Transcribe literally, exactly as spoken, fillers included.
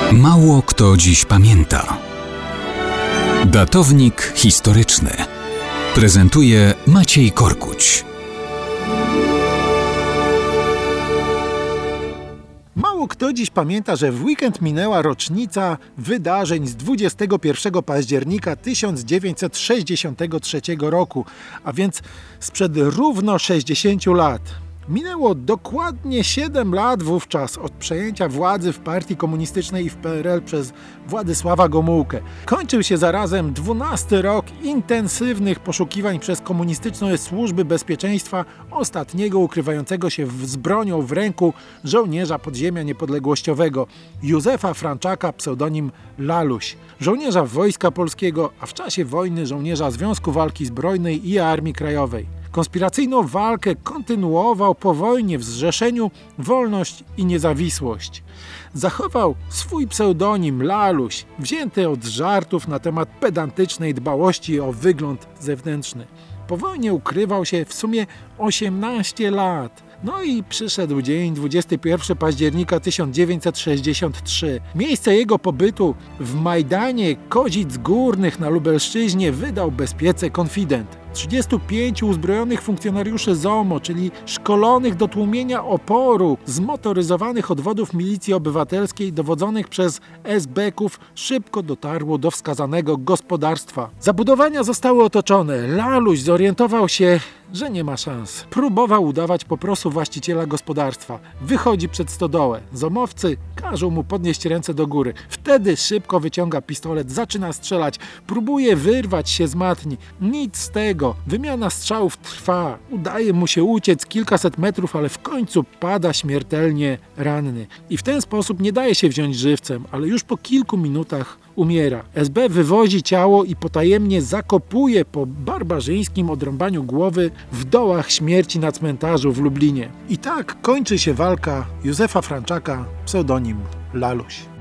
Mało kto dziś pamięta. Datownik historyczny prezentuje Maciej Korkuć. Mało kto dziś pamięta, że w weekend minęła rocznica wydarzeń z dwudziestego pierwszego października tysiąc dziewięćset sześćdziesiątego trzeciego roku, a więc sprzed równo sześćdziesięciu lat. Minęło dokładnie siedem lat wówczas od przejęcia władzy w partii komunistycznej i w P R L przez Władysława Gomułkę. Kończył się zarazem dwunasty rok intensywnych poszukiwań przez komunistyczne służby bezpieczeństwa ostatniego ukrywającego się z bronią w ręku żołnierza podziemia niepodległościowego Józefa Franczaka, pseudonim Laluś. Żołnierza Wojska Polskiego, a w czasie wojny żołnierza Związku Walki Zbrojnej i Armii Krajowej. Konspiracyjną walkę kontynuował po wojnie w zrzeszeniu Wolność i Niezawisłość. Zachował swój pseudonim Laluś, wzięty od żartów na temat pedantycznej dbałości o wygląd zewnętrzny. Po wojnie ukrywał się w sumie osiemnaście lat. No i przyszedł dzień dwudziestego pierwszego października tysiąc dziewięćset sześćdziesiątego trzeciego. Miejsce jego pobytu w Majdanie Kozic Górnych na Lubelszczyźnie wydał bezpiece konfident. trzydziestu pięciu uzbrojonych funkcjonariuszy Z O M O, czyli szkolonych do tłumienia oporu, zmotoryzowanych odwodów milicji obywatelskiej dowodzonych przez es beków, szybko dotarło do wskazanego gospodarstwa. Zabudowania zostały otoczone. Laluś zorientował się, że nie ma szans. Próbował udawać po prostu właściciela gospodarstwa. Wychodzi przed stodołę. Zomowcy każą mu podnieść ręce do góry. Wtedy szybko wyciąga pistolet, zaczyna strzelać. Próbuje wyrwać się z matni. Nic z tego. Wymiana strzałów trwa. Udaje mu się uciec kilkaset metrów, ale w końcu pada śmiertelnie ranny. I w ten sposób nie daje się wziąć żywcem, ale już po kilku minutach umiera. es be wywozi ciało i potajemnie zakopuje po barbarzyńskim odrąbaniu głowy w dołach śmierci na cmentarzu w Lublinie. I tak kończy się walka Józefa Franczaka, pseudonim Laluś.